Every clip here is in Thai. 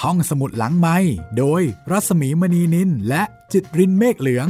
ห้องสมุดหลังไมค์โดยรัศมีมณีนินและจิตรินเมฆเหลือง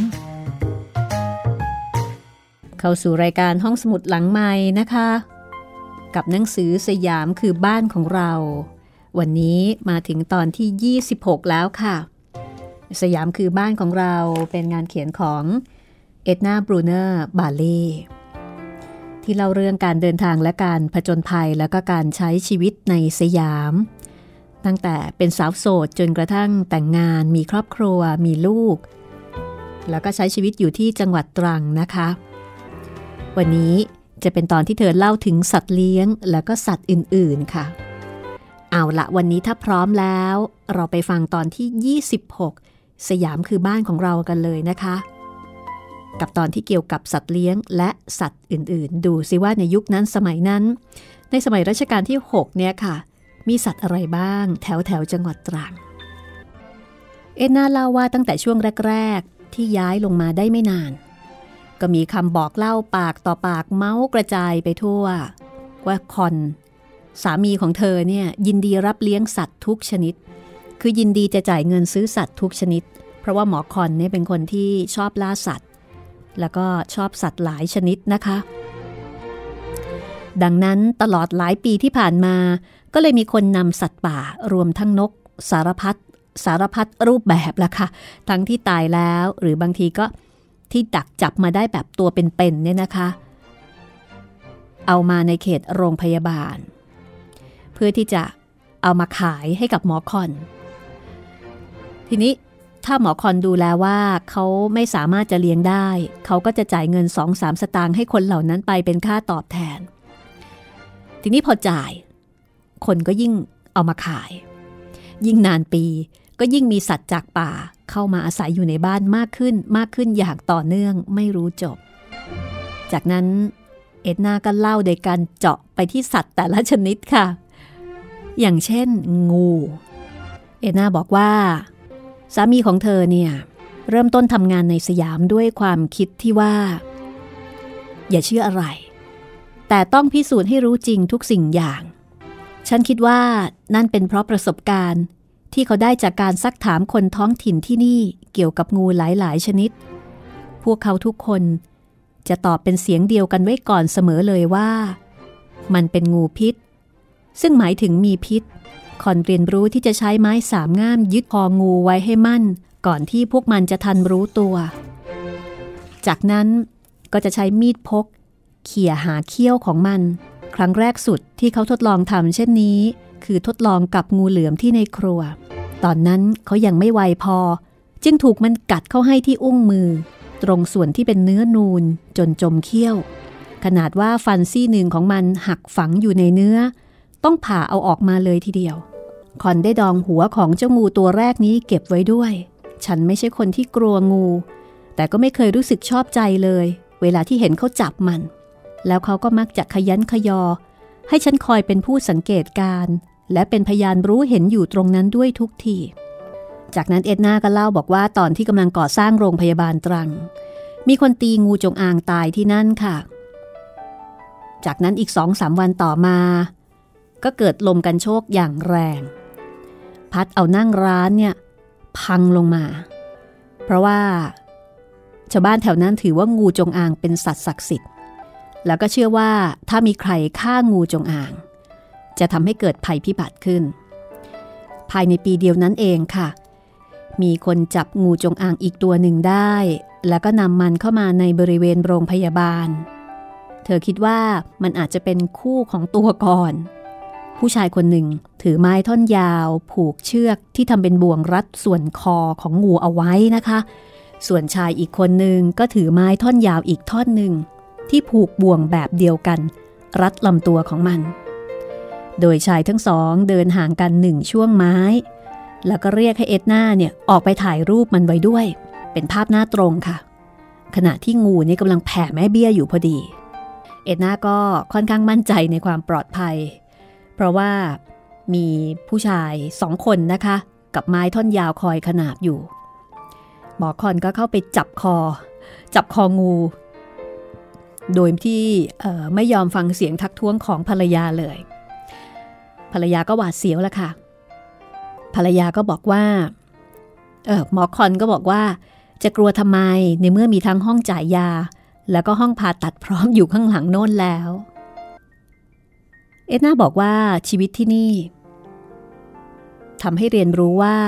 เข้าสู่รายการห้องสมุดหลังไมค์นะคะกับหนังสือสยามคือบ้านของเราวันนี้มาถึงตอนที่26แล้วค่ะสยามคือบ้านของเราเป็นงานเขียนของเอ็ดนา บรูเนอร์ บาเล่ที่เล่าเรื่องการเดินทางและการผจญภัยแล้วก็การใช้ชีวิตในสยามตั้งแต่เป็นสาวโสดจนกระทั่งแต่งงานมีครอบครัวมีลูกแล้วก็ใช้ชีวิตอยู่ที่จังหวัดตรังนะคะวันนี้จะเป็นตอนที่เธอเล่าถึงสัตว์เลี้ยงแล้วก็สัตว์อื่นๆค่ะเอาละวันนี้ถ้าพร้อมแล้วเราไปฟังตอนที่26สยามคือบ้านของเรากันเลยนะคะกับตอนที่เกี่ยวกับสัตว์เลี้ยงและสัตว์อื่นๆดูซิว่าในยุคนั้นสมัยนั้นในสมัยรัชกาลที่6เนี่ยค่ะมีสัตว์อะไรบ้างแถวจังหวัดตรังเอ็ดนาเล่าว่าตั้งแต่ช่วงแรกๆที่ย้ายลงมาได้ไม่นานก็มีคำบอกเล่าปากต่อปากเมาส์กระจายไปทั่วว่าคอนสามีของเธอเนี่ยยินดีรับเลี้ยงสัตว์ทุกชนิดคือยินดีจะจ่ายเงินซื้อสัตว์ทุกชนิดเพราะว่าหมอคอนเนี่ยเป็นคนที่ชอบล่าสัตว์แล้วก็ชอบสัตว์หลายชนิดนะคะดังนั้นตลอดหลายปีที่ผ่านมาก็เลยมีคนนำสัตว์ป่ารวมทั้งนกสารพัดรูปแบบละค่ะทั้งที่ตายแล้วหรือบางทีก็ที่ดักจับมาได้แบบตัวเป็นๆเนี่ยนะคะเอามาในเขตโรงพยาบาลเพื่อที่จะเอามาขายให้กับหมอคอนทีนี้ถ้าหมอคอนดูแลว่าเขาไม่สามารถจะเลี้ยงได้เขาก็จะจ่ายเงิน 2-3 สตางค์ให้คนเหล่านั้นไปเป็นค่าตอบแทนทีนี้พอจ่ายคนก็ยิ่งเอามาขายยิ่งนานปีก็ยิ่งมีสัตว์จากป่าเข้ามาอาศัยอยู่ในบ้านมากขึ้นอย่างต่อเนื่องไม่รู้จบจากนั้นเอ็ดนาก็เล่าโดยการเจาะไปที่สัตว์แต่ละชนิดค่ะอย่างเช่นงูเอ็ดนาบอกว่าสามีของเธอเนี่ยเริ่มต้นทำงานในสยามด้วยความคิดที่ว่าอย่าเชื่ออะไรแต่ต้องพิสูจน์ให้รู้จริงทุกสิ่งอย่างฉันคิดว่านั่นเป็นเพราะประสบการณ์ที่เขาได้จากการซักถามคนท้องถิ่นที่นี่เกี่ยวกับงูหลายๆชนิดพวกเขาทุกคนจะตอบเป็นเสียงเดียวกันไว้ก่อนเสมอเลยว่ามันเป็นงูพิษซึ่งหมายถึงมีพิษคอนเรียนรู้ที่จะใช้ไม้สามง่ามยึดคองูไว้ให้มั่นก่อนที่พวกมันจะทันรู้ตัวจากนั้นก็จะใช้มีดพกเขี่ยหาเขี้ยวของมันครั้งแรกสุดที่เขาทดลองทำเช่นนี้คือทดลองกับงูเหลือมที่ในครัวตอนนั้นเขายังไม่ไวพอจึงถูกมันกัดเข้าให้ที่อุ้งมือตรงส่วนที่เป็นเนื้อนูนจนจมเขี้ยวขนาดว่าฟันซี่หนึ่งของมันหักฝังอยู่ในเนื้อต้องผ่าเอาออกมาเลยทีเดียวคอนได้ดองหัวของเจ้างูตัวแรกนี้เก็บไว้ด้วยฉันไม่ใช่คนที่กลัวงูแต่ก็ไม่เคยรู้สึกชอบใจเลยเวลาที่เห็นเขาจับมันแล้วเขาก็มักจะขยันขยอให้ฉันคอยเป็นผู้สังเกตการและเป็นพยานรู้เห็นอยู่ตรงนั้นด้วยทุกทีจากนั้นเอ็ดนาก็เล่าบอกว่าตอนที่กำลังก่อสร้างโรงพยาบาลตรังมีคนตีงูจงอางตายที่นั่นค่ะจากนั้นอีก 2-3 วันต่อมาก็เกิดลมกันโชกอย่างแรงพัดเอานั่งร้านเนี่ยพังลงมาเพราะว่าชาวบ้านแถวนั้นถือว่างูจงอางเป็นสัตว์ศักดิ์สิทธิ์แล้วก็เชื่อว่าถ้ามีใครฆ่างูจงอางจะทำให้เกิดภัยพิบัติขึ้นภายในปีเดียวนั้นเองค่ะมีคนจับงูจงอางอีกตัวหนึ่งได้แล้วก็นำมันเข้ามาในบริเวณโรงพยาบาลเธอคิดว่ามันอาจจะเป็นคู่ของตัวก่อนผู้ชายคนหนึ่งถือไม้ท่อนยาวผูกเชือกที่ทำเป็นบ่วงรัดส่วนคอของงูเอาไว้นะคะส่วนชายอีกคนหนึ่งก็ถือไม้ท่อนยาวอีกท่อนหนึ่งที่ผูกบ่วงแบบเดียวกันรัดลำตัวของมันโดยชายทั้งสองเดินห่างกัน1ช่วงไม้แล้วก็เรียกให้เอ็ดนาเนี่ยออกไปถ่ายรูปมันไว้ด้วยเป็นภาพหน้าตรงค่ะขณะที่งูนี่กำลังแผ่แม่เบี้ยอยู่พอดีเอ็ดนาก็ค่อนข้างมั่นใจในความปลอดภัยเพราะว่ามีผู้ชาย2คนนะคะกับไม้ท่อนยาวคอยขนาบอยู่หมอคอนก็เข้าไปจับคองูโดยที่ไม่ยอมฟังเสียงทักท้วงของภรรยาเลยภรรยาก็หวาดเสียวแล้วค่ะภรรยาก็บอกว่าหมอคอนก็บอกว่าจะกลัวทำไมในเมื่อมีทั้งห้องจ่ายยาแล้วก็ห้องผ่าตัดพร้อมอยู่ข้างหลังโน่นแล้วเอ็ดนาบอกว่าชีวิตที่นี่ทำให้เรียนรู้ว่า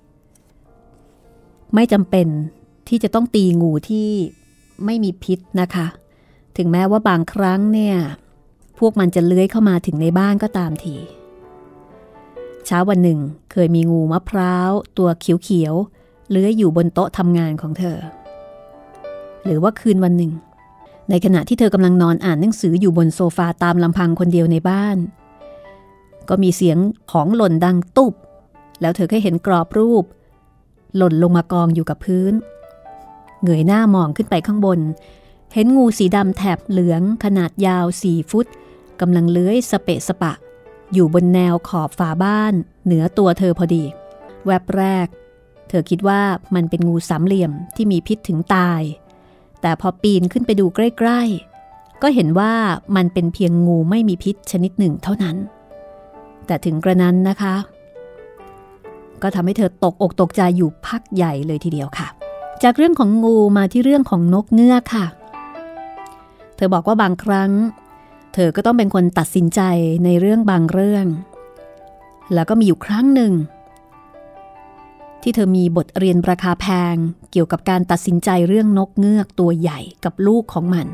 ไม่จำเป็นที่จะต้องตีงูที่ไม่มีพิษนะคะถึงแม้ว่าบางครั้งเนี่ยพวกมันจะเลื้อยเข้ามาถึงในบ้านก็ตามทีเช้าวันหนึ่งเคยมีงูมะพร้าวตัวเขียวๆเลื้อยอยู่บนโต๊ะทำงานของเธอหรือว่าคืนวันหนึ่งในขณะที่เธอกำลังนอนอ่านหนังสืออยู่บนโซฟาตามลำพังคนเดียวในบ้านก็มีเสียงของหล่นดังตุ๊บแล้วเธอก็เห็นกรอบรูปหล่นลงมากองอยู่กับพื้นเงยหน้ามองขึ้นไปข้างบนเห็นงูสีดำแถบเหลืองขนาดยาว4 ฟุตกำลังเลื้อยสเปะสปะอยู่บนแนวขอบฝาบ้านเหนือตัวเธอพอดีแวบแรกเธอคิดว่ามันเป็นงูสามเหลี่ยมที่มีพิษถึงตายแต่พอปีนขึ้นไปดูใกล้ๆก็เห็นว่ามันเป็นเพียงงูไม่มีพิษชนิดหนึ่งเท่านั้นแต่ถึงกระนั้นนะคะก็ทำให้เธอตกอกตกใจอยู่พักใหญ่เลยทีเดียวค่ะจากเรื่องของงูมาที่เรื่องของนกเงือกค่ะเธอบอกว่าบางครั้งเธอก็ต้องเป็นคนตัดสินใจในเรื่องบางเรื่องแล้วก็มีอยู่ครั้งหนึ่งที่เธอมีบทเรียนราคาแพงเกี่ยวกับการตัดสินใจเรื่องนกเงือกตัวใหญ่กับลูกของมัน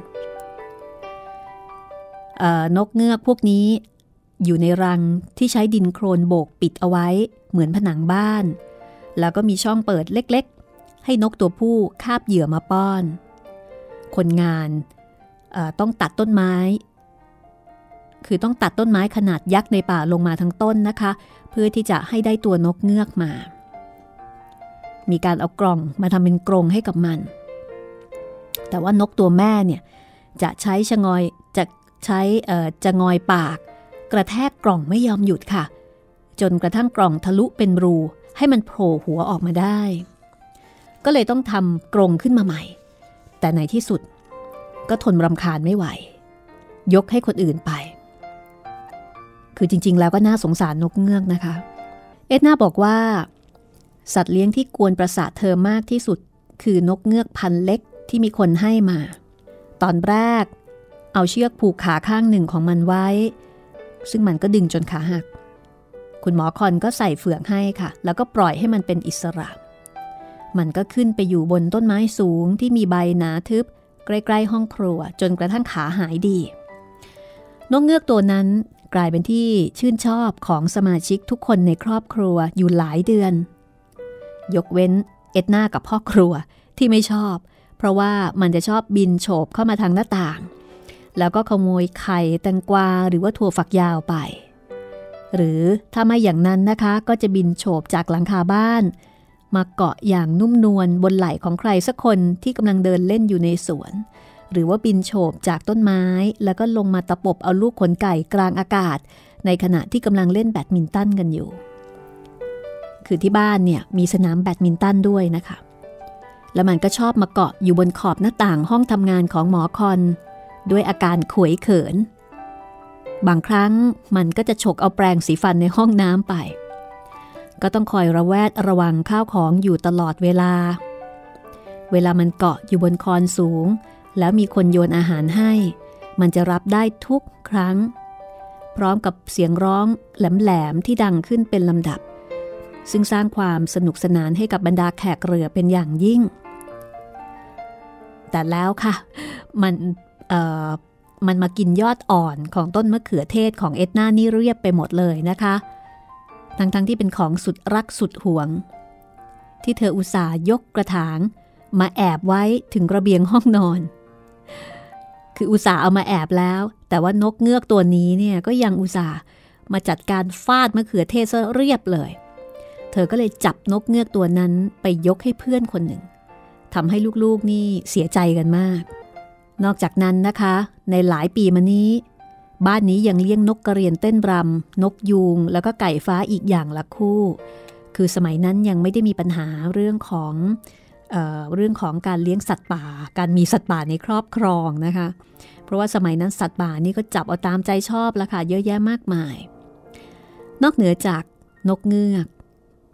นกเงือกพวกนี้อยู่ในรังที่ใช้ดินโคลนโบกปิดเอาไว้เหมือนผนังบ้านแล้วก็มีช่องเปิดเล็กๆให้นกตัวผู้คาบเหยื่อมาป้อนคนงานต้องตัดต้นไม้คือต้องตัดต้นไม้ขนาดยักษ์ในป่าลงมาทั้งต้นนะคะเพื่อที่จะให้ได้ตัวนกเงือกมามีการเอากล่องมาทำเป็นกรงให้กับมันแต่ว่านกตัวแม่เนี่ยจะใช้จะงอยปากกระแทกกล่องไม่ยอมหยุดค่ะจนกระทั่งกล่องทะลุเป็นรูให้มันโผล่หัวออกมาได้ก็เลยต้องทำกรงขึ้นมาใหม่แต่ในที่สุดก็ทนรำคาญไม่ไหวยกให้คนอื่นไปคือจริงๆแล้วก็น่าสงสารนกเงือกนะคะเอ็ดนาบอกว่าสัตว์เลี้ยงที่กวนประสาทเธอมากที่สุดคือนกเงือกพันเล็กที่มีคนให้มาตอนแรกเอาเชือกผูกขาข้างหนึ่งของมันไว้ซึ่งมันก็ดึงจนขาหักคุณหมอคอนก็ใส่เฟือกให้ค่ะแล้วก็ปล่อยให้มันเป็นอิสระมันก็ขึ้นไปอยู่บนต้นไม้สูงที่มีใบหนาทึบใกล้ๆห้องครัวจนกระทั่งขาหายดีนกเงือกตัวนั้นกลายเป็นที่ชื่นชอบของสมาชิกทุกคนในครอบครัวอยู่หลายเดือนยกเว้นเอ็ดนากับพ่อครัวที่ไม่ชอบเพราะว่ามันจะชอบบินโฉบเข้ามาทางหน้าต่างแล้วก็ขโมยไข่แตงกวาหรือว่าถั่วฝักยาวไปหรือถ้าไม่อย่างนั้นนะคะก็จะบินโฉบจากหลังคาบ้านมาเกาะอย่างนุ่มนวลบนไหล่ของใครสักคนที่กำลังเดินเล่นอยู่ในสวนหรือว่าบินโฉบจากต้นไม้แล้วก็ลงมาตะปบเอาลูกขนไก่กลางอากาศในขณะที่กำลังเล่นแบดมินตันกันอยู่คือที่บ้านเนี่ยมีสนามแบดมินตันด้วยนะคะแล้วมันก็ชอบมาเกาะอยู่บนขอบหน้าต่างห้องทำงานของหมอคอนด้วยอาการขวยเขินบางครั้งมันก็จะฉกเอาแปรงสีฟันในห้องน้ำไปก็ต้องคอยระแวดระวังข้าวของอยู่ตลอดเวลามันเกาะอยู่บนคอนสูงแล้วมีคนโยนอาหารให้มันจะรับได้ทุกครั้งพร้อมกับเสียงร้องแหลมๆที่ดังขึ้นเป็นลำดับซึ่งสร้างความสนุกสนานให้กับบรรดาแขกเรือเป็นอย่างยิ่งแต่แล้วค่ะมันมากินยอดอ่อนของต้นมะเขือเทศของเอ็ดนานี่เรียบไปหมดเลยนะคะทั้งที่เป็นของสุดรักสุดหวงที่เธออุตส่าห์ยกกระถางมาแอบไว้ถึงระเบียงห้องนอนคืออุตส่าห์เอามาแอบแล้วแต่ว่านกเงือกตัวนี้เนี่ยก็ยังอุตส่าห์มาจัดการฟาดมะเขือเทศซะเรียบเลยเธอก็เลยจับนกเงือกตัวนั้นไปยกให้เพื่อนคนหนึ่งทำให้ลูกๆนี่เสียใจกันมากนอกจากนั้นนะคะในหลายปีมานี้บ้านนี้ยังเลี้ยงนกกระเรียนเต้นรำนกยูงแล้วก็ไก่ฟ้าอีกอย่างละคู่คือสมัยนั้นยังไม่ได้มีปัญหาเรื่องของการเลี้ยงสัตว์ป่าการมีสัตว์ป่าในครอบครองนะคะเพราะว่าสมัยนั้นสัตว์ป่านี่ก็จับเอาตามใจชอบละค่ะเยอะแยะมากมายนอกเหนือจากนกเงือก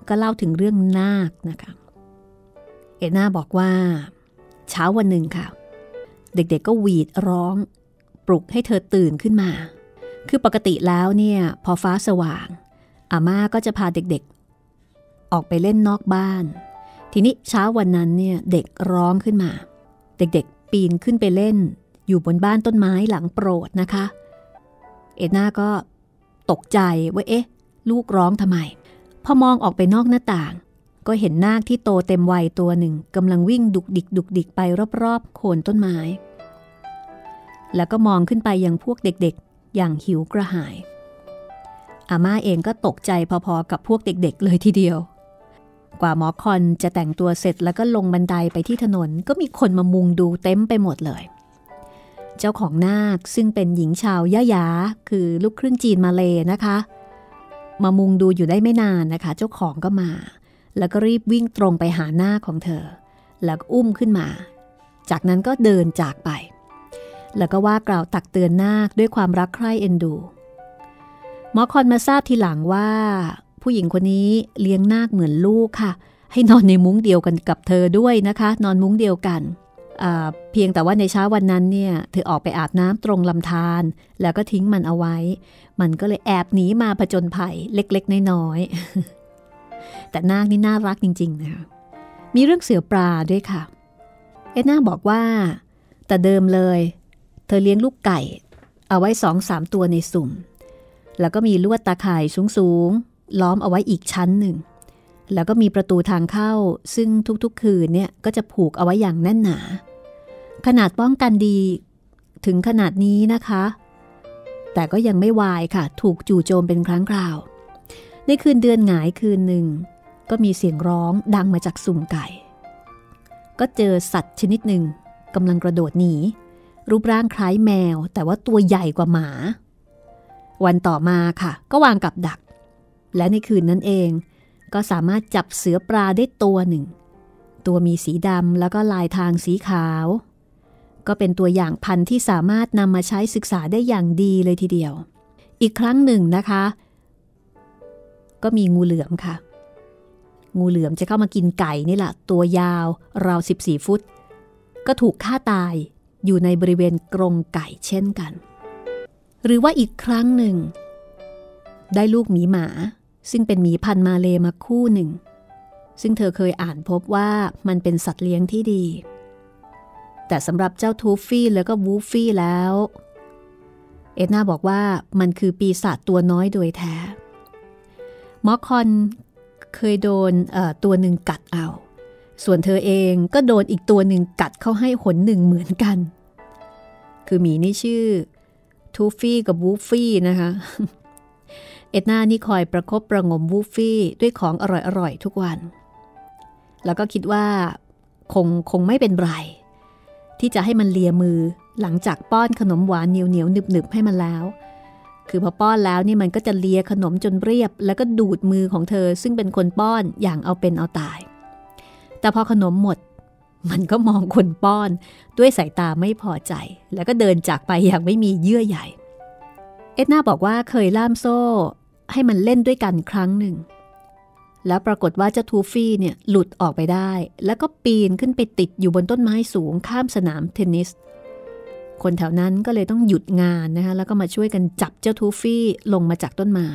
ก็เล่าถึงเรื่องนาคนะคะเอ็ดนาบอกว่าเช้าวันหนึ่งค่ะเด็กๆก็หวีดร้องปลุกให้เธอตื่นขึ้นมาคือปกติแล้วเนี่ยพอฟ้าสว่างอาม่าก็จะพาเด็กๆออกไปเล่นนอกบ้านทีนี้เช้าวันนั้นเนี่ยเด็กร้องขึ้นมาเด็กๆปีนขึ้นไปเล่นอยู่บนบ้านต้นไม้หลังโปรดนะคะเอ็ดนาก็ตกใจว่าเอ๊ะลูกร้องทำไมพอมองออกไปนอกหน้าต่างก็เห็นนาคที่โตเต็มวัยตัวหนึ่งกำลังวิ่งดุกดิกไปรอบๆโคนต้นไม้แล้วก็มองขึ้นไปยังพวกเด็กๆอย่างหิวกระหายอาม่าเองก็ตกใจพอๆกับพวกเด็กๆเลยทีเดียวกว่าหมอคอนจะแต่งตัวเสร็จแล้วก็ลงบันไดไปที่ถนนก็มีคนมามุงดูเต็มไปหมดเลยเจ้าของนาคซึ่งเป็นหญิงชาวยะหยาคือลูกครึ่งจีนมาเลนะคะมามุงดูอยู่ได้ไม่นานนะคะเจ้าของก็มาแล้วก็รีบวิ่งตรงไปหานาคของเธอแล้วก็อุ้มขึ้นมาจากนั้นก็เดินจากไปแล้วก็ว่ากล่าวตักเตือนนาคด้วยความรักใคร่เอ็นดูหมอคอนมาทราบทีหลังว่าผู้หญิงคนนี้เลี้ยงนาคเหมือนลูกค่ะให้นอนในมุ้งเดียวกันกับเธอด้วยนะคะนอนมุ้งเดียวกันเพียงแต่ว่าในเช้าวันนั้นเนี่ยเธอออกไปอาบน้ำตรงลำธารแล้วก็ทิ้งมันเอาไว้มันก็เลยแอบหนีมาผจญภัยเล็กๆน้อยๆแต่นาคนี่น่ารักจริงๆนะคะมีเรื่องเสือปลาด้วยค่ะเอ็ดนาบอกว่าแต่เดิมเลยเธอเลี้ยงลูกไก่เอาไว้ 2-3 ตัวในสุ่มแล้วก็มีลวดตาข่ายสูงๆล้อมเอาไว้อีกชั้นหนึ่งแล้วก็มีประตูทางเข้าซึ่งทุกๆคืนเนี่ยก็จะผูกเอาไว้อย่างแน่นหนาขนาดป้องกันดีถึงขนาดนี้นะคะแต่ก็ยังไม่วายค่ะถูกจู่โจมเป็นครั้งคราวในคืนเดือนหงายคืนหนึ่งก็มีเสียงร้องดังมาจากสุ่มไก่ก็เจอสัตว์ชนิดหนึ่งกำลังกระโดดหนีรูปร่างคล้ายแมวแต่ว่าตัวใหญ่กว่าหมาวันต่อมาค่ะก็วางกับดักและในคืนนั้นเองก็สามารถจับเสือปลาได้ตัวหนึ่งตัวมีสีดำแล้วก็ลายทางสีขาวก็เป็นตัวอย่างพันธุ์ที่สามารถนำมาใช้ศึกษาได้อย่างดีเลยทีเดียวอีกครั้งหนึ่งนะคะก็มีงูเหลือมค่ะงูเหลือมจะเข้ามากินไก่นี่แหละตัวยาวราว14 ฟุตก็ถูกฆ่าตายอยู่ในบริเวณกรงไก่เช่นกันหรือว่าอีกครั้งหนึ่งได้ลูกหมีหมาซึ่งเป็นหมีพันธุ์มาเลมาคู่หนึ่งซึ่งเธอเคยอ่านพบว่ามันเป็นสัตว์เลี้ยงที่ดีแต่สำหรับเจ้าทูฟี่แล้วก็วูฟฟี่แล้วเอ็ดนาบอกว่ามันคือปีศาจตัวน้อยโดยแท้มอคอนเคยโดนตัวหนึ่งกัดเอาส่วนเธอเองก็โดนอีกตัวหนึ่งกัดเข้าให้หนหนึ่งเหมือนกันคือหมีนี่ชื่อทูฟี่กับวูฟฟี่นะคะเอ็ดนานี่คอยประคบประงมวูฟฟี่ด้วยของอร่อยๆทุกวันแล้วก็คิดว่าคงไม่เป็นไรที่จะให้มันเลียมือหลังจากป้อนขนมหวานเหนียวๆหนึบๆให้มันแล้วคือพอป้อนแล้วนี่มันก็จะเลียขนมจนเรียบแล้วก็ดูดมือของเธอซึ่งเป็นคนป้อนอย่างเอาเป็นเอาตายแต่พอขนมหมดมันก็มองคนป้อนด้วยสายตาไม่พอใจแล้วก็เดินจากไปอย่างไม่มีเยื่อใยเอ็ดนาบอกว่าเคยล่ามโซ่ให้มันเล่นด้วยกันครั้งหนึ่งแล้วปรากฏว่าเจ้าทูฟี่เนี่ยหลุดออกไปได้แล้วก็ปีนขึ้นไปติดอยู่บนต้นไม้สูงข้ามสนามเทนนิสคนแถวนั้นก็เลยต้องหยุดงานนะคะแล้วก็มาช่วยกันจับเจ้าทูฟี่ลงมาจากต้นไม้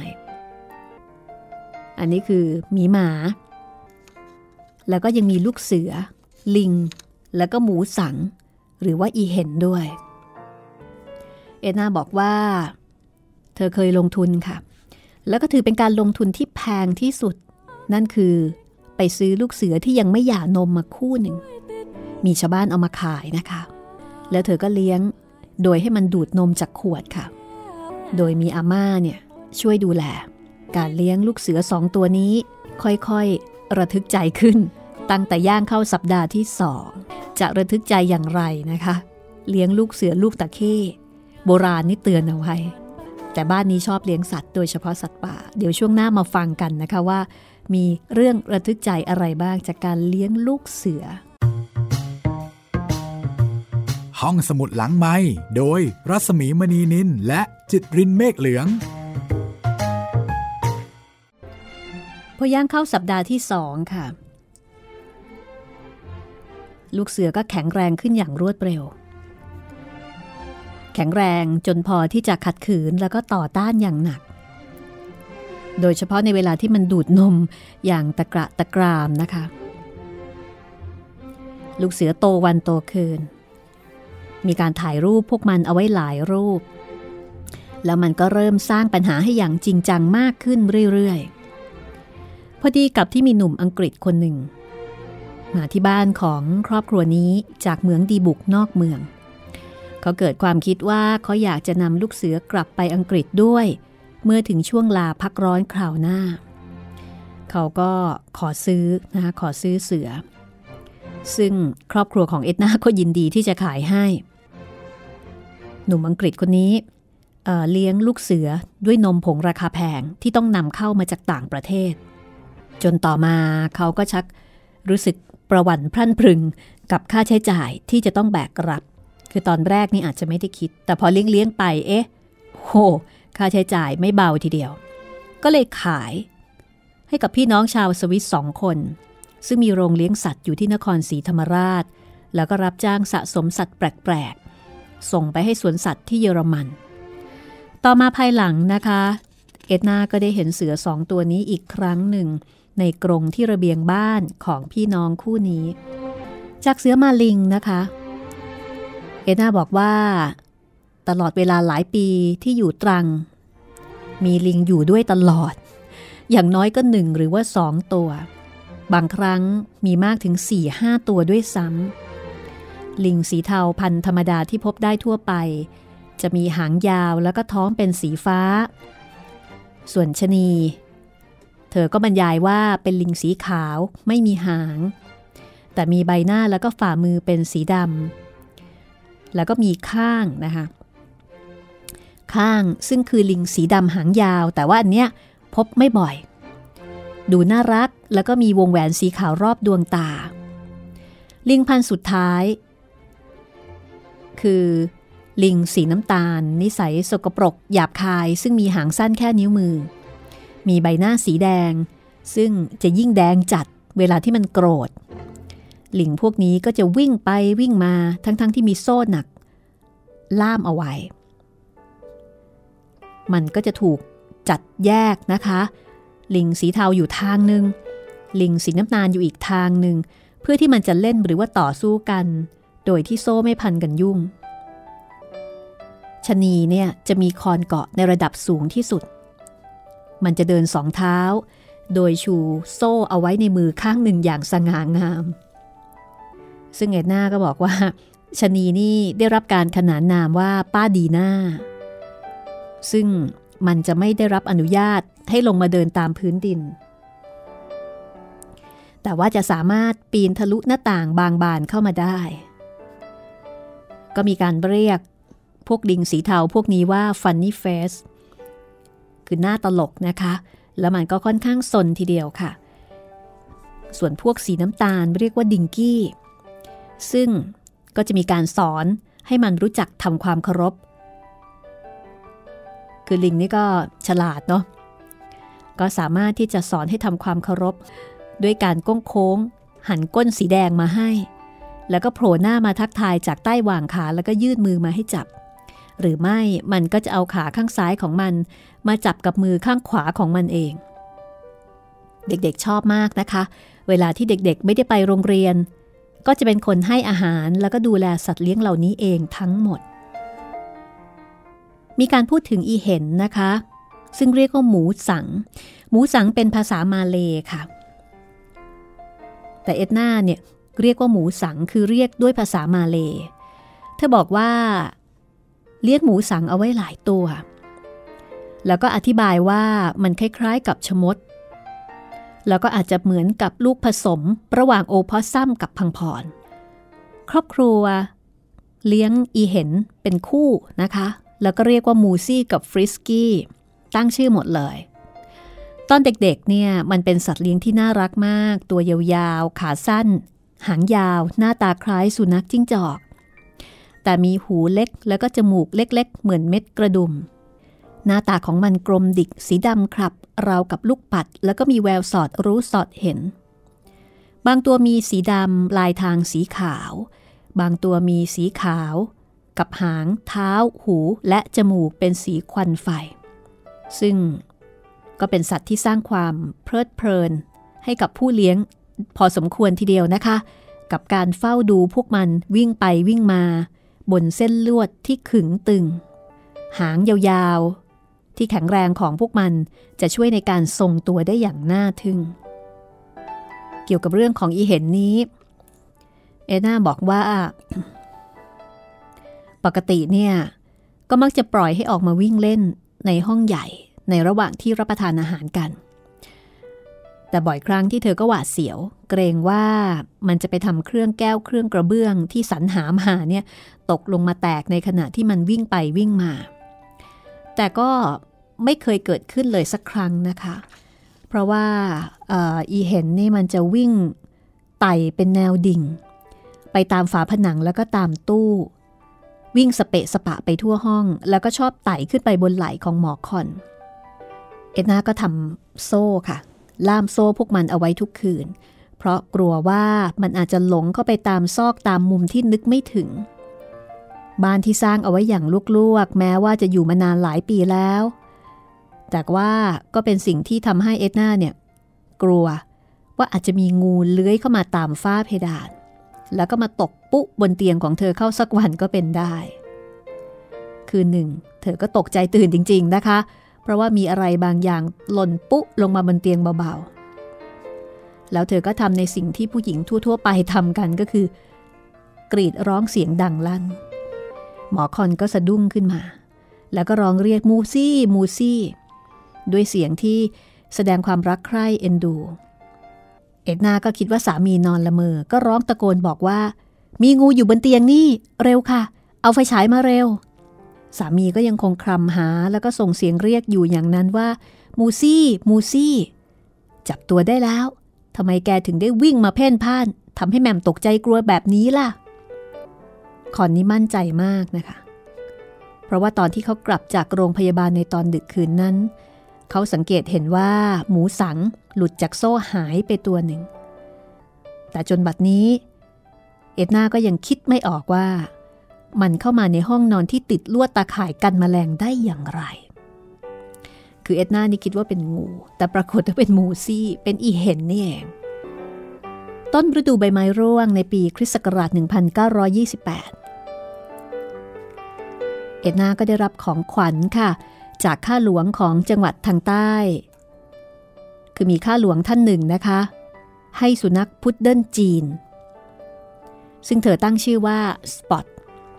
อันนี้คือหมีหมาแล้วก็ยังมีลูกเสือลิงแล้วก็หมูสังหรือว่าอีเห็นด้วยเอ็ดนาบอกว่าเธอเคยลงทุนค่ะแล้วก็ถือเป็นการลงทุนที่แพงที่สุดนั่นคือไปซื้อลูกเสือที่ยังไม่หย่านมมาคู่หนึ่งมีชาวบ้านเอามาขายนะคะแล้วเธอก็เลี้ยงโดยให้มันดูดนมจากขวดค่ะโดยมีอาม่าเนี่ยช่วยดูแลการเลี้ยงลูกเสือ2 ตัวนี้ค่อยๆระทึกใจขึ้นตั้งแต่ย่างเข้าสัปดาห์ที่2จะระทึกใจอย่างไรนะคะเลี้ยงลูกเสือลูกตะเข้โบราณนี่เตือนเอาไว้แต่บ้านนี้ชอบเลี้ยงสัตว์โดยเฉพาะสัตว์ป่าเดี๋ยวช่วงหน้ามาฟังกันนะคะว่ามีเรื่องระทึกใจอะไรบ้างจากการเลี้ยงลูกเสือห้องสมุดหลังไมค์โดยรัศมีมณีนินและจิตรินเมฆเหลืองพอย่างเข้าสัปดาห์ที่2ค่ะลูกเสือก็แข็งแรงขึ้นอย่างรวดเร็วแข็งแรงจนพอที่จะขัดขืนแล้วก็ต่อต้านอย่างหนักโดยเฉพาะในเวลาที่มันดูดนมอย่างตะกระตะกรามนะคะลูกเสือโตวันโตคืนมีการถ่ายรูปพวกมันเอาไว้หลายรูปแล้วมันก็เริ่มสร้างปัญหาให้อย่างจริงจังมากขึ้นเรื่อยๆพอดีกับที่มีหนุ่มอังกฤษคนหนึ่งมาที่บ้านของครอบครัวนี้จากเมืองดีบุกนอกเมืองเขาเกิดความคิดว่าเขาอยากจะนำลูกเสือกลับไปอังกฤษด้วยเมื่อถึงช่วงลาพักร้อนคราวหน้าเขาก็ขอซื้อเสือซึ่งครอบครัวของเอ็ดนาก็ยินดีที่จะขายให้หนุ่มอังกฤษคนนี้เลี้ยงลูกเสือด้วยนมผงราคาแพงที่ต้องนำเข้ามาจากต่างประเทศจนต่อมาเขาก็ชักรู้สึกประหวั่นพรั่นพรึงกับค่าใช้จ่ายที่จะต้องแบกรับคือตอนแรกนี่อาจจะไม่ได้คิดแต่พอเลี้ยงไปค่าใช้จ่ายไม่เบาทีเดียวก็เลยขายให้กับพี่น้องชาวสวิส2 คนซึ่งมีโรงเลี้ยงสัตว์อยู่ที่นครศรีธรรมราชแล้วก็รับจ้างสะสมสัตว์แปลกๆส่งไปให้สวนสัตว์ที่เยอรมันต่อมาภายหลังนะคะเอ็ดนาก็ได้เห็นเสือ2 ตัวนี้อีกครั้งหนึ่งในกรงที่ระเบียงบ้านของพี่น้องคู่นี้จากเสือมาลิงนะคะเอ็ดนาบอกว่าตลอดเวลาหลายปีที่อยู่ตรังมีลิงอยู่ด้วยตลอดอย่างน้อยก็1 หรือว่า 2 ตัวบางครั้งมีมากถึง 4-5 ตัวด้วยซ้ำลิงสีเทาพันธุ์ธรรมดาที่พบได้ทั่วไปจะมีหางยาวแล้วก็ท้องเป็นสีฟ้าส่วนชะนีเธอก็บรรยายว่าเป็นลิงสีขาวไม่มีหางแต่มีใบหน้าแล้วก็ฝ่ามือเป็นสีดำแล้วก็มีข้างนะคะข้างซึ่งคือลิงสีดำหางยาวแต่ว่าอันเนี้ยพบไม่บ่อยดูน่ารักแล้วก็มีวงแหวนสีขาวรอบดวงตาลิงพันธุ์สุดท้ายคือลิงสีน้ำตาลนิสัยสกปรกหยาบคายซึ่งมีหางสั้นแค่นิ้วมือมีใบหน้าสีแดงซึ่งจะยิ่งแดงจัดเวลาที่มันโกรธลิงพวกนี้ก็จะวิ่งไปวิ่งมาทั้งที่มีโซ่หนักล่ามเอาไว้มันก็จะถูกจัดแยกนะคะลิงสีเทาอยู่ทางหนึ่งลิงสีน้ำตาลอยู่อีกทางหนึ่งเพื่อที่มันจะเล่นหรือว่าต่อสู้กันโดยที่โซ่ไม่พันกันยุ่งชะนีเนี่ยจะมีคอนเกาะในระดับสูงที่สุดมันจะเดิน2 เท้าโดยชูโซ่เอาไว้ในมือข้างหนึ่งอย่างสง่างามซึ่งเอ็ดนาก็บอกว่าชะนีนี่ได้รับการขนานนามว่าป้าดีน่าซึ่งมันจะไม่ได้รับอนุญาตให้ลงมาเดินตามพื้นดินแต่ว่าจะสามารถปีนทะลุหน้าต่างบางบานเข้ามาได้ก็มีการเรียกพวกลิงสีเทาพวกนี้ว่า funny face คือหน้าตลกนะคะแล้วมันก็ค่อนข้างซนทีเดียวค่ะส่วนพวกสีน้ำตาลเรียกว่าดิงกี้ซึ่งก็จะมีการสอนให้มันรู้จักทำความเคารพคือลิงนี่ก็ฉลาดเนาะก็สามารถที่จะสอนให้ทำความเคารพด้วยการก้งโค้งหันก้นสีแดงมาให้แล้วก็โผล่หน้ามาทักทายจากใต้หว่างขาแล้วก็ยื่นมือมาให้จับหรือไม่มันก็จะเอาขาข้างซ้ายของมันมาจับกับมือข้างขวาของมันเองเด็กๆชอบมากนะคะเวลาที่เด็กๆไม่ได้ไปโรงเรียนก็จะเป็นคนให้อาหารแล้วก็ดูแลสัตว์เลี้ยงเหล่านี้เองทั้งหมดมีการพูดถึงอีเห็นนะคะซึ่งเรียกว่าหมูสังเป็นภาษามาเลย์ค่ะแต่เอ็ดนาเนี่ยเรียกว่าหมูสังคือเรียกด้วยภาษามาเลย์เธอบอกว่าเลี้ยงหมูสังเอาไว้หลายตัวแล้วก็อธิบายว่ามันคล้ายๆกับชมดแล้วก็อาจจะเหมือนกับลูกผสมระหว่างโอพอสซัมกับพังพรครอบครัวเลี้ยงอีเห็นเป็นคู่นะคะแล้วก็เรียกว่ามูซี่กับฟริสกี้ตั้งชื่อหมดเลยตอนเด็กๆเนี่ยมันเป็นสัตว์เลี้ยงที่น่ารักมากตัวยาวๆขาสั้นหางยาวหน้าตาคล้ายสุนัขจิ้งจอกแต่มีหูเล็กแล้วก็จมูกเล็กๆเหมือนเม็ดกระดุมหน้าตาของมันกลมดิกสีดำครับราวกับลูกปัดแล้วก็มีแววสอดรู้สอดเห็นบางตัวมีสีดำลายทางสีขาวบางตัวมีสีขาวกับหางเท้าหูและจมูกเป็นสีควันไฟซึ่งก็เป็นสัตว์ที่สร้างความเพลิดเพลินให้กับผู้เลี้ยงพอสมควรทีเดียวนะคะกับการเฝ้าดูพวกมันวิ่งไปวิ่งมาบนเส้นลวดที่ขึงตึงหางยาวๆที่แข็งแรงของพวกมันจะช่วยในการทรงตัวได้อย่างน่าทึ่งเกี่ยวกับเรื่องของอีเห็นนี้เอน่าบอกว่าปกติเนี่ยก็มักจะปล่อยให้ออกมาวิ่งเล่นในห้องใหญ่ในระหว่างที่รับประทานอาหารกันแต่บ่อยครั้งที่เธอก็หวาดเสียวเกรงว่ามันจะไปทำเครื่องแก้วเครื่องกระเบื้องที่สรรหามาเนี่ยตกลงมาแตกในขณะที่มันวิ่งไปวิ่งมาแต่ก็ไม่เคยเกิดขึ้นเลยสักครั้งนะคะเพราะว่าอีเห็นนี่มันจะวิ่งไต่เป็นแนวดิ่งไปตามฝาผนังแล้วก็ตามตู้วิ่งสเปะสปะไปทั่วห้องแล้วก็ชอบไต่ขึ้นไปบนไหล่ของหมอคอนเอ็ดนาก็ทำโซ่ค่ะล่ามโซ่พวกมันเอาไว้ทุกคืนเพราะกลัวว่ามันอาจจะหลงเข้าไปตามซอกตามมุมที่นึกไม่ถึงบ้านที่สร้างเอาไว้อย่างลวกๆแม้ว่าจะอยู่มานานหลายปีแล้วแต่ว่าก็เป็นสิ่งที่ทำให้เอ็ดนาเนี่ยกลัวว่าอาจจะมีงูเลื้อยเข้ามาตามฝ้าเพดานแล้วก็มาตกปุ๊บนเตียงของเธอเข้าสักวันก็เป็นได้คืนหนึ่งเธอก็ตกใจตื่นจริงๆนะคะเพราะว่ามีอะไรบางอย่างหล่นปุ๊บลงมาบนเตียงเบาๆแล้วเธอก็ทำในสิ่งที่ผู้หญิงทั่วๆไปทำกันก็คือกรีดร้องเสียงดังลั่นหมอคอนก็สะดุ้งขึ้นมาแล้วก็ร้องเรียกมูซี่มูซี่ด้วยเสียงที่แสดงความรักใคร่เอ็นดูเอ็ดนาก็คิดว่าสามีนอนละเมอก็ร้องตะโกนบอกว่ามีงูอยู่บนเตียงนี่เร็วค่ะเอาไฟฉายมาเร็วสามีก็ยังคงคลำหาแล้วก็ส่งเสียงเรียกอยู่อย่างนั้นว่ามูซี่มูซี่จับตัวได้แล้วทำไมแกถึงได้วิ่งมาเพ่นพ่านทำให้แหม่มตกใจกลัวแบบนี้ล่ะคอนนี่มั่นใจมากนะคะเพราะว่าตอนที่เขากลับจากโรงพยาบาลในตอนดึกคืนนั้นเขาสังเกตเห็นว่าหมูสังหลุดจากโซ่หายไปตัวหนึ่งแต่จนบัดนี้เอ็ดนาก็ยังคิดไม่ออกว่ามันเข้ามาในห้องนอนที่ติดลวดตาข่ายกันแมลงได้อย่างไรคือเอ็ดนานี่คิดว่าเป็นงูแต่ปรากฏว่าเป็นมูซี่เป็นอีเห็นนี่เองต้นฤดูใบไม้ร่วงในปีคริสต์ศักราช 1928 เอ็ดนาก็ได้รับของขวัญค่ะจากข้าหลวงของจังหวัดทางใต้คือมีข้าหลวงท่านหนึ่งนะคะให้สุนัขพุดเดิ้ลจีนซึ่งเธอตั้งชื่อว่าสปอต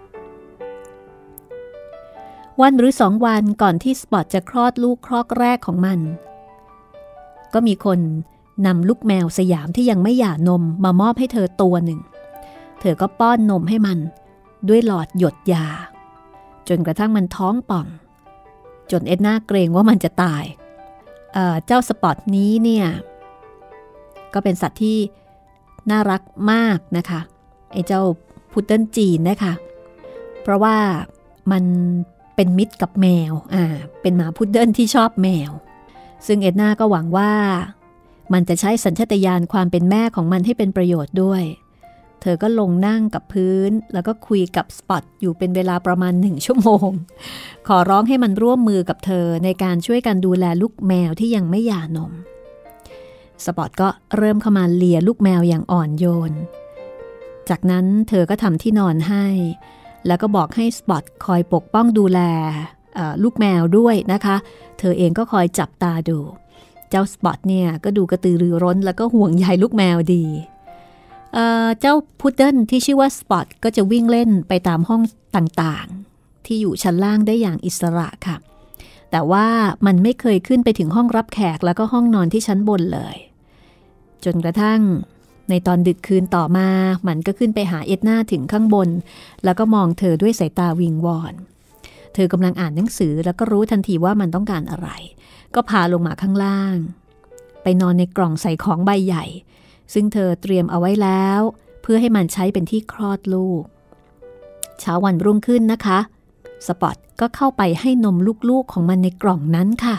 วันหรือ2 วันก่อนที่สปอตจะคลอดลูกครอกแรกของมันก็มีคนนำลูกแมวสยามที่ยังไม่หย่านมมามอบให้เธอตัวหนึ่งเธอก็ป้อนนมให้มันด้วยหลอดหยดยาจนกระทั่งมันท้องป่องจนเอ็ดนาเกรงว่ามันจะตายเจ้าสปอตนี้เนี่ยก็เป็นสัตว์ที่น่ารักมากนะคะไอ้เจ้าพุดเดิ้ลจีนนะคะเพราะว่ามันเป็นมิตรกับแมวเป็นหมาพุดเดิ้ลที่ชอบแมวซึ่งเอ็ดนาก็หวังว่ามันจะใช้สัญชาตญาณความเป็นแม่ของมันให้เป็นประโยชน์ด้วยเธอก็ลงนั่งกับพื้นแล้วก็คุยกับสปอตอยู่เป็นเวลาประมาณ1 ชั่วโมงขอร้องให้มันร่วมมือกับเธอในการช่วยกันดูแลลูกแมวที่ยังไม่หย่านมสปอตก็เริ่มเข้ามาเลียลูกแมวอย่างอ่อนโยนจากนั้นเธอก็ทำที่นอนให้แล้วก็บอกให้สปอตคอยปกป้องดูแลลูกแมวด้วยนะคะเธอเองก็คอยจับตาดูเจ้าสปอตเนี่ยก็ดูกระตือรือร้นแล้วก็ห่วงใยลูกแมวดีเจ้าพุดเดิ้ลที่ชื่อว่าสปอตก็จะวิ่งเล่นไปตามห้องต่างๆที่อยู่ชั้นล่างได้อย่างอิสระค่ะแต่ว่ามันไม่เคยขึ้นไปถึงห้องรับแขกแล้วก็ห้องนอนที่ชั้นบนเลยจนกระทั่งในตอนดึกคืนต่อมามันก็ขึ้นไปหาเอ็ดนาถึงข้างบนแล้วก็มองเธอด้วยสายตาวิงวอนเธอกำลังอ่านหนังสือแล้วก็รู้ทันทีว่ามันต้องการอะไรก็พาลงมาข้างล่างไปนอนในกล่องใส่ของใบใหญ่ซึ่งเธอเตรียมเอาไว้แล้วเพื่อให้มันใช้เป็นที่คลอดลูกเช้าวันรุ่งขึ้นนะคะสปอตก็เข้าไปให้นมลูกๆของมันในกล่องนั้นค่ะ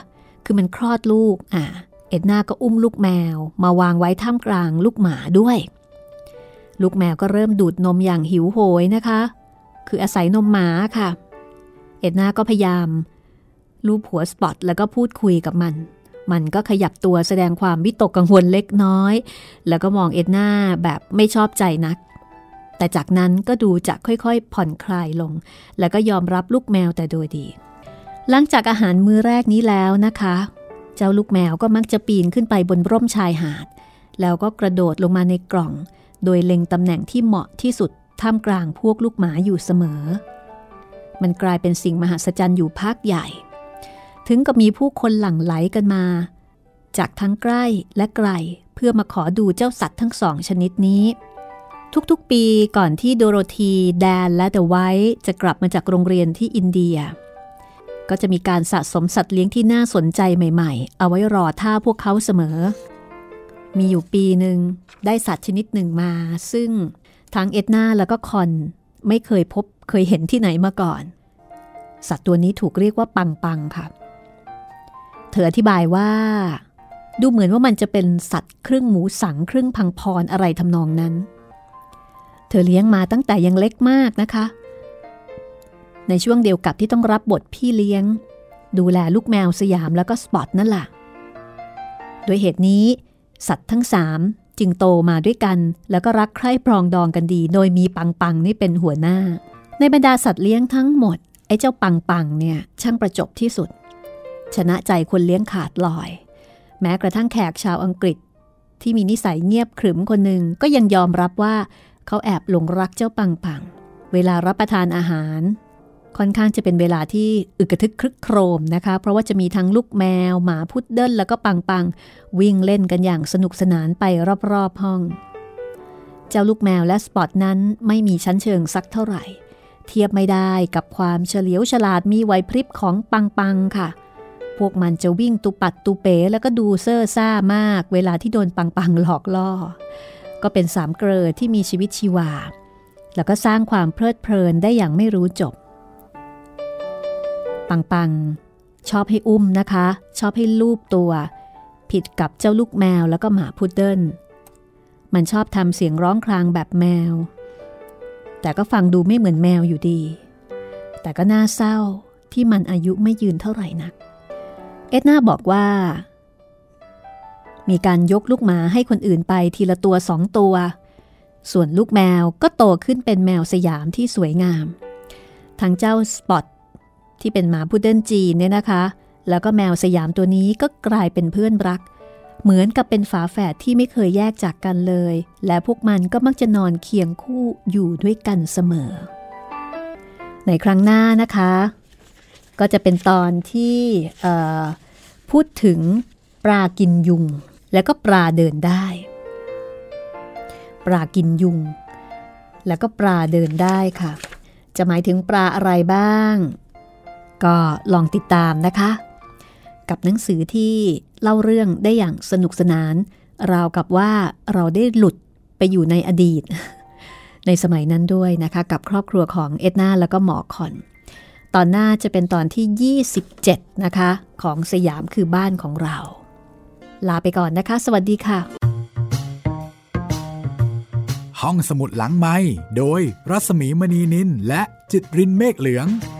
คือมันคลอดลูกเอ็ดนาก็อุ้มลูกแมวมาวางไว้ท่ามกลางลูกหมาด้วยลูกแมวก็เริ่มดูดนมอย่างหิวโหยนะคะคืออาศัยนมหมาค่ะเอ็ดนาก็พยายามลูบหัวสปอตแล้วก็พูดคุยกับมันก็ขยับตัวแสดงความวิตกกังวลเล็กน้อยแล้วก็มองเอ็ดนาแบบไม่ชอบใจนักแต่จากนั้นก็ดูจะค่อยๆผ่อนคลายลงแล้วก็ยอมรับลูกแมวแต่โดยดีหลังจากอาหารมื้อแรกนี้แล้วนะคะเจ้าลูกแมวก็มักจะปีนขึ้นไปบนร่มชายหาดแล้วก็กระโดดลงมาในกล่องโดยเล็งตำแหน่งที่เหมาะที่สุดท่ามกลางพวกลูกหมาอยู่เสมอมันกลายเป็นสิ่งมหัศจรรย์อยู่พักใหญ่ถึงกับมีผู้คนหลั่งไหลกันมาจากทั้งใกล้และไกลเพื่อมาขอดูเจ้าสัตว์ทั้งสองชนิดนี้ทุกๆปีก่อนที่โดโรธีแดนและเดอะไวท์จะกลับมาจากโรงเรียนที่อินเดียก็จะมีการสะสมสัตว์เลี้ยงที่น่าสนใจใหม่ๆเอาไว้รอท่าพวกเขาเสมอมีอยู่ปีหนึ่งได้สัตว์ชนิดหนึ่งมาซึ่งทั้งเอ็ดนาแล้วก็คอนไม่เคยเห็นที่ไหนมาก่อนสัตว์ตัวนี้ถูกเรียกว่าปังปังค่ะเธออธิบายว่าดูเหมือนว่ามันจะเป็นสัตว์ครึ่งหมูสังครึ่งพังพรอะไรทำนองนั้นเธอเลี้ยงมาตั้งแต่ยังเล็กมากนะคะในช่วงเดียวกับที่ต้องรับบทพี่เลี้ยงดูแลลูกแมวสยามแล้วก็สปอตนั่นแหละโดยเหตุนี้สัตว์ทั้ง3จึงโตมาด้วยกันแล้วก็รักใคร่ปรองดองกันดีโดยมีปังปังนี่เป็นหัวหน้าในบรรดาสัตว์เลี้ยงทั้งหมดไอ้เจ้าปังปังเนี่ยช่างประจบที่สุดชนะใจคนเลี้ยงขาดลอยแม้กระทั่งแขกชาวอังกฤษที่มีนิสัยเงียบขรึมคนหนึ่งก็ยังยอมรับว่าเขาแอบหลงรักเจ้าปังปังเวลารับประทานอาหารค่อนข้างจะเป็นเวลาที่อึกกระทึกครึกโครมนะคะเพราะว่าจะมีทั้งลูกแมวหมาพุดเดิ้ลแล้วก็ปังปังวิ่งเล่นกันอย่างสนุกสนานไปรอบๆห้องเจ้าลูกแมวและสปอตนั้นไม่มีชั้นเชิงสักเท่าไหร่เทียบไม่ได้กับความเฉลียวฉลาดมีไหวพริบของปังปังค่ะพวกมันจะวิ่งตุปัดตุเป๋แล้วก็ดูเซ่อซ่ามากเวลาที่โดนปังปังหลอกล่อก็เป็นสามเกลอที่มีชีวิตชีวาแล้วก็สร้างความเพลิดเพลินได้อย่างไม่รู้จบปังปังชอบให้อุ้มนะคะชอบให้ลูบตัวผิดกับเจ้าลูกแมวแล้วก็หมาพุดเดิ้ลมันชอบทำเสียงร้องครางแบบแมวแต่ก็ฟังดูไม่เหมือนแมวอยู่ดีแต่ก็น่าเศร้าที่มันอายุไม่ยืนเท่าไหร่นักเอ็ดนาบอกว่ามีการยกลูกหมาให้คนอื่นไปทีละตัว2ตัวส่วนลูกแมวก็โตขึ้นเป็นแมวสยามที่สวยงามทั้งเจ้าสปอตที่เป็นหมาพุดเดิ้ลจีนเนี่ยนะคะแล้วก็แมวสยามตัวนี้ก็กลายเป็นเพื่อนรักเหมือนกับเป็นฝาแฝดที่ไม่เคยแยกจากกันเลยและพวกมันก็มักจะนอนเคียงคู่อยู่ด้วยกันเสมอในครั้งหน้านะคะก็จะเป็นตอนที่พูดถึงปลากินยุงแล้วก็ปลาเดินได้ปลากินยุงแล้วก็ปลาเดินได้ค่ะจะหมายถึงปลาอะไรบ้างก็ลองติดตามนะคะกับหนังสือที่เล่าเรื่องได้อย่างสนุกสนานราวกับว่าเราได้หลุดไปอยู่ในอดีตในสมัยนั้นด้วยนะคะกับครอบครัวของเอ็ดนาแล้วก็หมอคอนตอนหน้าจะเป็นตอนที่27นะคะของสยามคือบ้านของเราลาไปก่อนนะคะสวัสดีค่ะห้องสมุดหลังไมค์โดยรัศมีมณีนินและจิตรินเมฆเหลือง